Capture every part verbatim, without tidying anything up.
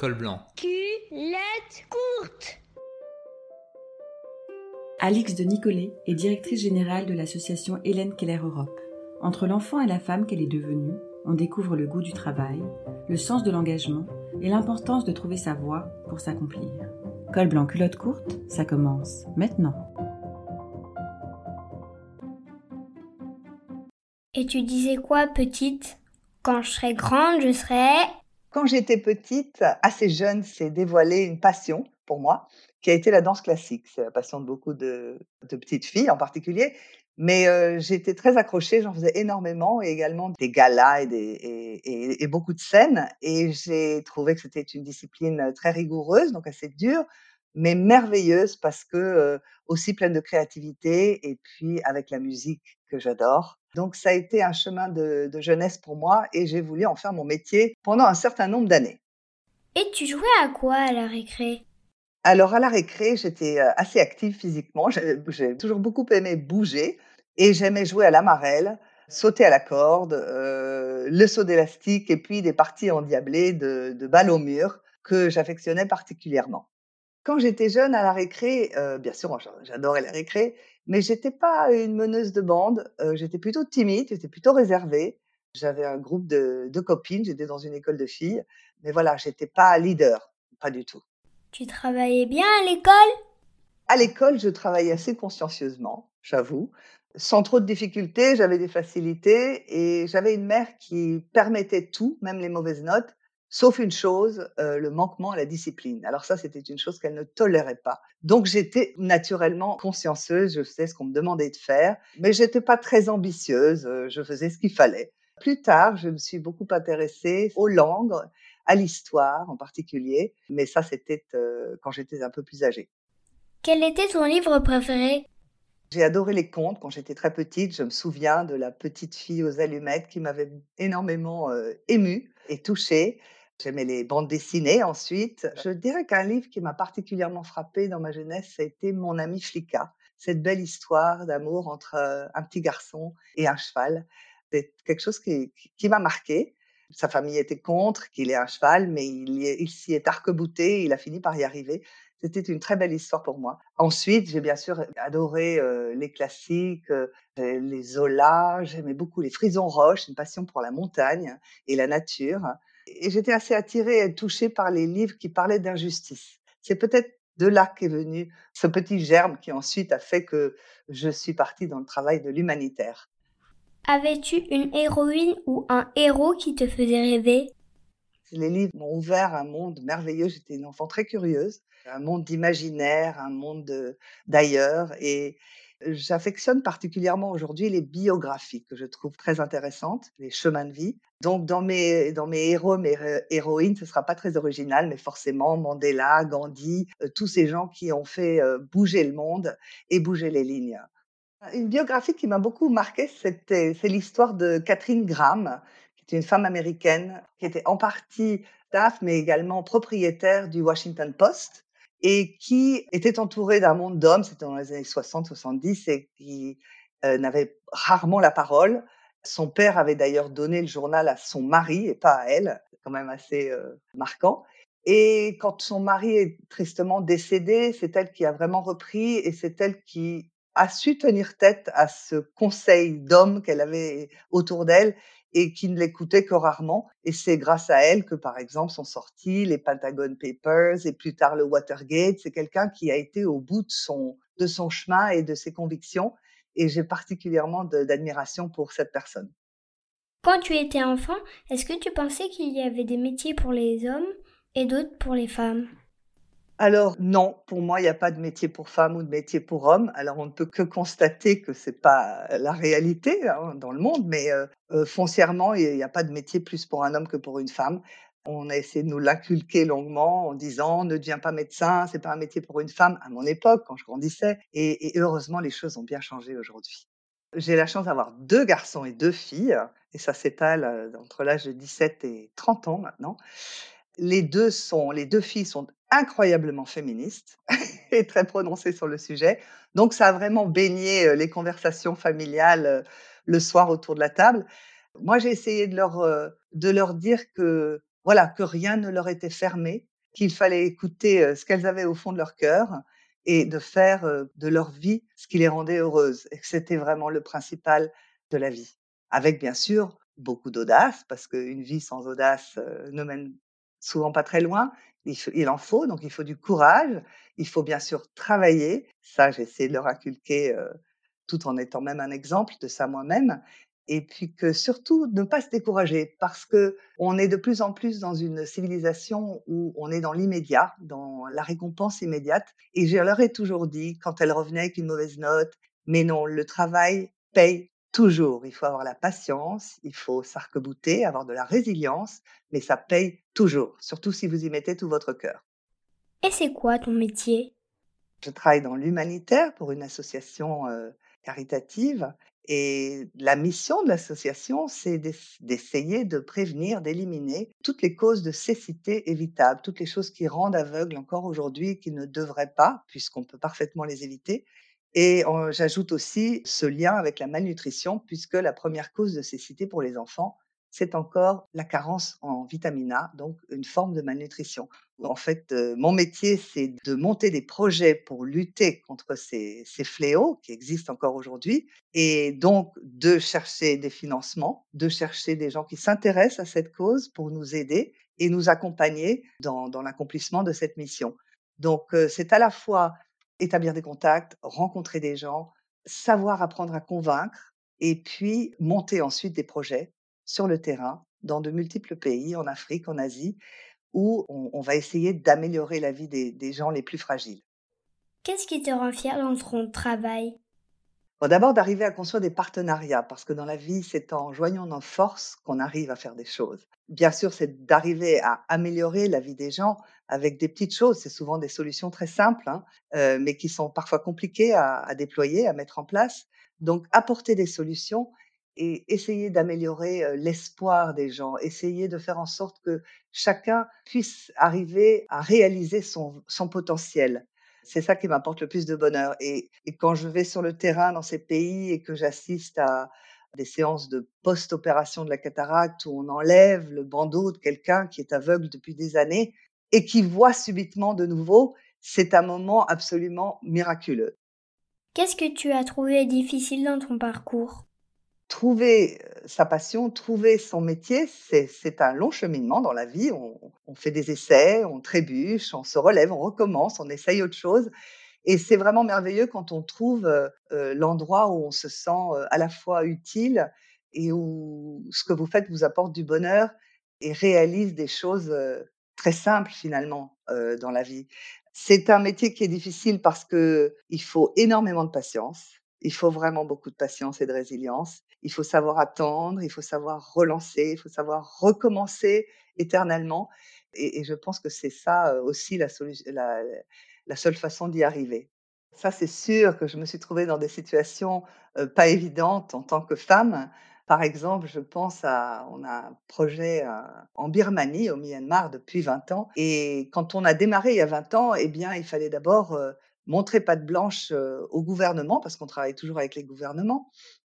Col blanc. Culotte courte. Alix de Nicolet est directrice générale de l'association Hélène Keller Europe. Entre l'enfant et la femme qu'elle est devenue, on découvre le goût du travail, le sens de l'engagement et l'importance de trouver sa voie pour s'accomplir. Col blanc, culotte courte, ça commence maintenant. Et tu disais quoi, petite? Quand je serai grande, je serai... Quand j'étais petite, assez jeune, s'est dévoilée une passion pour moi, qui a été la danse classique. C'est la passion de beaucoup de, de petites filles en particulier. Mais euh, j'étais très accrochée, j'en faisais énormément, et également des galas et, des, et, et, et beaucoup de scènes. Et j'ai trouvé que c'était une discipline très rigoureuse, donc assez dure, mais merveilleuse parce que euh, aussi pleine de créativité, et puis avec la musique que j'adore. Donc ça a été un chemin de, de jeunesse pour moi, et j'ai voulu en faire mon métier pendant un certain nombre d'années. Et tu jouais à quoi à la récré? Alors, à la récré, j'étais euh, assez active physiquement. J'ai j'ai toujours beaucoup aimé bouger et j'aimais jouer à la marelle, sauter à la corde, euh, le saut d'élastique et puis des parties endiablées de, de balles au mur que j'affectionnais particulièrement. Quand j'étais jeune à la récré, euh, bien sûr, moi, j'a- j'adorais la récré, mais j'étais pas une meneuse de bande. Euh, j'étais plutôt timide, j'étais plutôt réservée. J'avais un groupe de, de copines, j'étais dans une école de filles, mais voilà, j'étais pas leader, pas du tout. Tu travaillais bien à l'école? À l'école, je travaillais assez consciencieusement, j'avoue. Sans trop de difficultés, j'avais des facilités et j'avais une mère qui permettait tout, même les mauvaises notes, sauf une chose, euh, le manquement à la discipline. Alors ça, c'était une chose qu'elle ne tolérait pas. Donc j'étais naturellement consciencieuse, je sais ce qu'on me demandait de faire, mais j'étais pas très ambitieuse, euh, je faisais ce qu'il fallait. Plus tard, je me suis beaucoup intéressée aux langues, à l'histoire en particulier, mais ça, c'était euh, quand j'étais un peu plus âgée. Quel était ton livre préféré? J'ai adoré les contes quand j'étais très petite. Je me souviens de La petite fille aux allumettes qui m'avait énormément euh, émue et touchée. J'aimais les bandes dessinées ensuite. Je dirais qu'un livre qui m'a particulièrement frappée dans ma jeunesse, ça a été Mon ami Flicka. Cette belle histoire d'amour entre euh, un petit garçon et un cheval. C'est quelque chose qui, qui, qui m'a marquée. Sa famille était contre qu'il ait un cheval, mais il, y est- il s'y est arc-bouté et il a fini par y arriver. C'était une très belle histoire pour moi. Ensuite, j'ai bien sûr adoré euh, les classiques, euh, les Zola. J'aimais beaucoup les Frison Roche, une passion pour la montagne et la nature. Et j'étais assez attirée et touchée par les livres qui parlaient d'injustice. C'est peut-être de là qu'est venu ce petit germe qui ensuite a fait que je suis partie dans le travail de l'humanitaire. Avais-tu une héroïne ou un héros qui te faisait rêver? Les livres m'ont ouvert un monde merveilleux. J'étais une enfant très curieuse, un monde d'imaginaire, un monde de- d'ailleurs. Et j'affectionne particulièrement aujourd'hui les biographies que je trouve très intéressantes, les chemins de vie. Donc, dans mes, dans mes héros, mes hé- héroïnes, ce sera pas très original, mais forcément Mandela, Gandhi, euh, tous ces gens qui ont fait euh, bouger le monde et bouger les lignes. Une biographie qui m'a beaucoup marquée, c'était, c'est l'histoire de Catherine Graham, qui était une femme américaine, qui était en partie staff, mais également propriétaire du Washington Post, et qui était entourée d'un monde d'hommes, c'était dans les années soixante soixante-dix, et qui euh, n'avait rarement la parole. Son père avait d'ailleurs donné le journal à son mari et pas à elle, c'est quand même assez euh, marquant. Et quand son mari est tristement décédé, c'est elle qui a vraiment repris et c'est elle qui a su tenir tête à ce conseil d'hommes qu'elle avait autour d'elle et qui ne l'écoutait que rarement. Et c'est grâce à elle que, par exemple, sont sortis les Pentagon Papers et plus tard le Watergate. C'est quelqu'un qui a été au bout de son, de son chemin et de ses convictions. Et j'ai particulièrement de- d'admiration pour cette personne. Quand tu étais enfant, est-ce que tu pensais qu'il y avait des métiers pour les hommes et d'autres pour les femmes? Alors non, pour moi, il n'y a pas de métier pour femme ou de métier pour homme. Alors on ne peut que constater que c'est pas la réalité hein, dans le monde, mais euh, euh, foncièrement, il n'y a pas de métier plus pour un homme que pour une femme. On a essayé de nous l'inculquer longuement en disant ne deviens pas médecin, c'est pas un métier pour une femme à mon époque quand je grandissais. Et, et heureusement, les choses ont bien changé aujourd'hui. J'ai la chance d'avoir deux garçons et deux filles, et ça s'étale euh, entre l'âge de dix-sept et trente ans maintenant. Les deux sont, les deux filles sont incroyablement féministes et très prononcées sur le sujet. Donc, ça a vraiment baigné euh, les conversations familiales euh, le soir autour de la table. Moi, j'ai essayé de leur, euh, de leur dire que, voilà, que rien ne leur était fermé, qu'il fallait écouter euh, ce qu'elles avaient au fond de leur cœur et de faire euh, de leur vie ce qui les rendait heureuses et que c'était vraiment le principal de la vie. Avec bien sûr beaucoup d'audace, parce qu'une vie sans audace euh, ne mène souvent pas très loin. Il, faut- il en faut, donc il faut du courage, il faut bien sûr travailler. Ça, j'ai essayé de leur inculquer euh, tout en étant même un exemple de ça moi-même. Et puis que surtout ne pas se décourager parce que on est de plus en plus dans une civilisation où on est dans l'immédiat, dans la récompense immédiate. Et je leur ai toujours dit, quand elles revenaient avec une mauvaise note, mais non, le travail paye toujours. Il faut avoir la patience, il faut s'arc-bouter, avoir de la résilience, mais ça paye toujours, surtout si vous y mettez tout votre cœur. Et c'est quoi ton métier? Je travaille dans l'humanitaire pour une association euh, caritative et la mission de l'association, c'est d'ess- d'essayer de prévenir, d'éliminer toutes les causes de cécité évitables, toutes les choses qui rendent aveugles encore aujourd'hui, qui ne devraient pas, puisqu'on peut parfaitement les éviter. Et euh, j'ajoute aussi ce lien avec la malnutrition, puisque la première cause de cécité pour les enfants, c'est encore la carence en vitamine A, donc une forme de malnutrition. En fait, heu, mon métier, c'est de monter des projets pour lutter contre ces ces fléaux qui existent encore aujourd'hui et donc de chercher des financements, de chercher des gens qui s'intéressent à cette cause pour nous aider et nous accompagner dans dans l'accomplissement de cette mission. Donc heu, c'est à la fois établir des contacts, rencontrer des gens, savoir apprendre à convaincre et puis monter ensuite des projets sur le terrain, dans de multiples pays, en Afrique, en Asie, où on, on va essayer d'améliorer la vie des, des gens les plus fragiles. Qu'est-ce qui te rend fier dans ton travail? Bon, d'abord, d'arriver à construire des partenariats, parce que dans la vie, c'est en joignant nos forces qu'on arrive à faire des choses. Bien sûr, c'est d'arriver à améliorer la vie des gens avec des petites choses. C'est souvent des solutions très simples, hein, euh, mais qui sont parfois compliquées à, à déployer, à mettre en place. Donc, apporter des solutions et essayer d'améliorer euh, l'espoir des gens, essayer de faire en sorte que chacun puisse arriver à réaliser son, son potentiel. C'est ça qui m'apporte le plus de bonheur et et quand je vais sur le terrain dans ces pays et que j'assiste à des séances de post-opération de la cataracte où on enlève le bandeau de quelqu'un qui est aveugle depuis des années et qui voit subitement de nouveau, c'est un moment absolument miraculeux. Qu'est-ce que tu as trouvé difficile dans ton parcours? Trouver, heu, sa passion, trouver son métier, c'est c'est un long cheminement dans la vie. On on fait des essais, on trébuche, on se relève, on recommence, on essaye autre chose. Et c'est vraiment merveilleux quand on trouve, heu heu, l'endroit où on se sent, heu, à la fois utile et où ce que vous faites vous apporte du bonheur et réalise des choses, heu, très simples finalement, heu, dans la vie. C'est un métier qui est difficile parce qu'il faut énormément de patience. Il faut vraiment beaucoup de patience et de résilience. Il faut savoir attendre, il faut savoir relancer, il faut savoir recommencer éternellement et et je pense que c'est ça, heu, aussi la solu la la seule façon d'y arriver. Ça, c'est sûr que je me suis trouvée dans des situations, heu, pas évidentes en tant que femme. Par exemple, je pense à on a un projet, heu, en Birmanie, au Myanmar, depuis vingt ans et quand on a démarré il y a vingt ans, eh bien, il fallait d'abord, heu, montrer patte blanche, heu, au gouvernement parce qu'on travaille toujours avec les gouvernements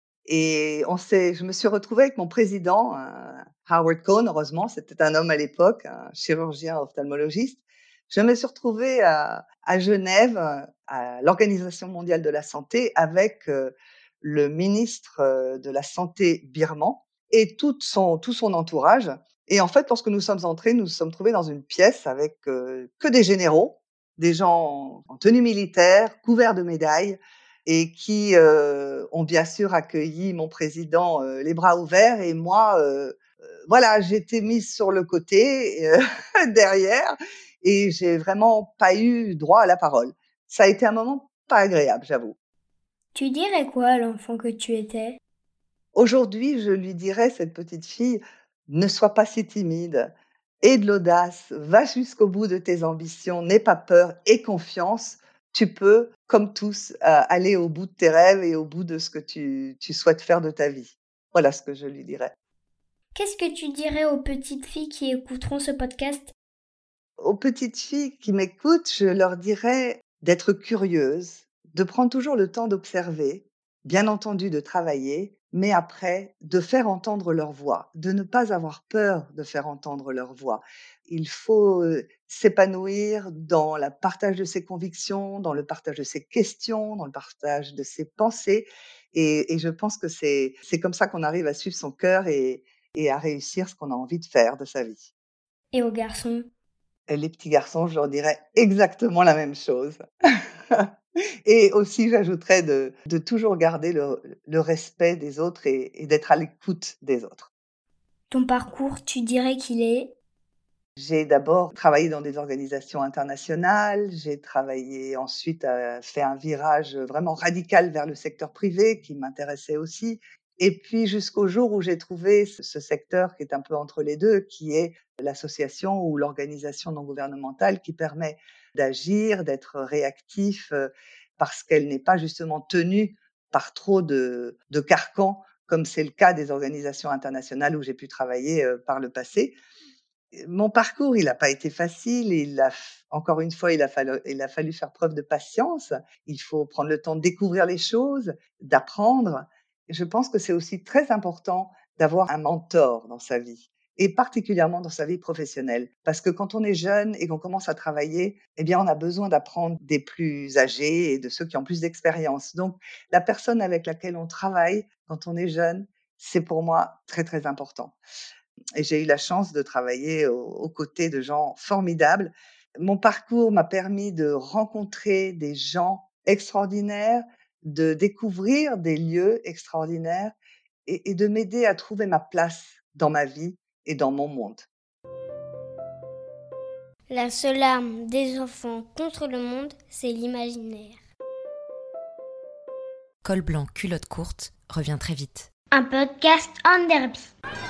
et on s'est je me suis retrouvée avec mon président, heu, Howard Cohn, heureusement, c'était un homme à l'époque, un chirurgien ophtalmologiste. Je me suis retrouvée à à Genève, heu, à l'Organisation mondiale de la santé avec, heu, le ministre, heu, de la santé birman et toute son tout son entourage et en fait, lorsque nous sommes entrés, nous nous sommes trouvés dans une pièce avec, heu, que des généraux, des gens en tenue militaire, couverts de médailles et qui, heu, ont bien sûr accueilli mon président, heu, les bras ouverts et moi, heu heu, voilà, j'ai été mise sur le côté, heu, derrière et j'ai vraiment pas eu droit à la parole. Ça a été un moment pas agréable, j'avoue. Tu dirais quoi à l'enfant que tu étais? Aujourd'hui, je lui dirais, cette petite fille: «Ne sois pas si timide, aie de l'audace, va jusqu'au bout de tes ambitions, n'aie pas peur, aie confiance. Tu peux, comme tous, heu, aller au bout de tes rêves et au bout de ce que tu tu souhaites faire de ta vie». Voilà ce que je lui dirais. Qu'est-ce que tu dirais aux petites filles qui écouteront ce podcast? Aux petites filles qui m'écoutent, je leur dirais d'être curieuses, de prendre toujours le temps d'observer, bien entendu de travailler, mais après de faire entendre leur voix, de ne pas avoir peur de faire entendre leur voix. Il faut, heu, s'épanouir dans le partage de ses convictions, dans le partage de ses questions, dans le partage de ses pensées et et je pense que c'est c'est comme ça qu'on arrive à suivre son cœur et et à réussir ce qu'on a envie de faire de sa vie. Et aux garçons? Et les petits garçons, je leur dirais exactement la même chose. Et aussi, j'ajouterais de de toujours garder le le respect des autres et et d'être à l'écoute des autres. Ton parcours, tu dirais qu'il est? J'ai d'abord travaillé dans des organisations internationales, j'ai travaillé ensuite, heu, fait un virage, vraiment radical vers le secteur privé qui m'intéressait aussi et puis jusqu'au jour où j'ai trouvé ce ce secteur qui est un peu entre les deux, qui est l'association ou l'organisation non gouvernementale qui permet d'agir, d'être réactif, heu, parce qu'elle n'est pas justement tenue par trop de de carcans, comme c'est le cas des organisations internationales où j'ai pu travailler, heu, par le passé. Mon parcours, il n'a pas été facile. Il a f encore une fois, il a fallu il a fallu faire preuve de patience. Il faut prendre le temps de découvrir les choses, d'apprendre. Je pense que c'est aussi très important d'avoir un mentor dans sa vie et particulièrement dans sa vie professionnelle. Parce que quand on est jeune et qu'on commence à travailler, eh bien, on a besoin d'apprendre des plus âgés et de ceux qui ont plus d'expérience. Donc, la personne avec laquelle on travaille quand on est jeune, c'est pour moi très, très important. Et j'ai eu la chance de travailler aux aux côtés de gens formidables. Mon parcours m'a permis de rencontrer des gens extraordinaires, de découvrir des lieux extraordinaires et et de m'aider à trouver ma place dans ma vie et dans mon monde. La seule arme des enfants contre le monde, c'est l'imaginaire. Col blanc, culotte courte revient très vite. Un podcast Underbee.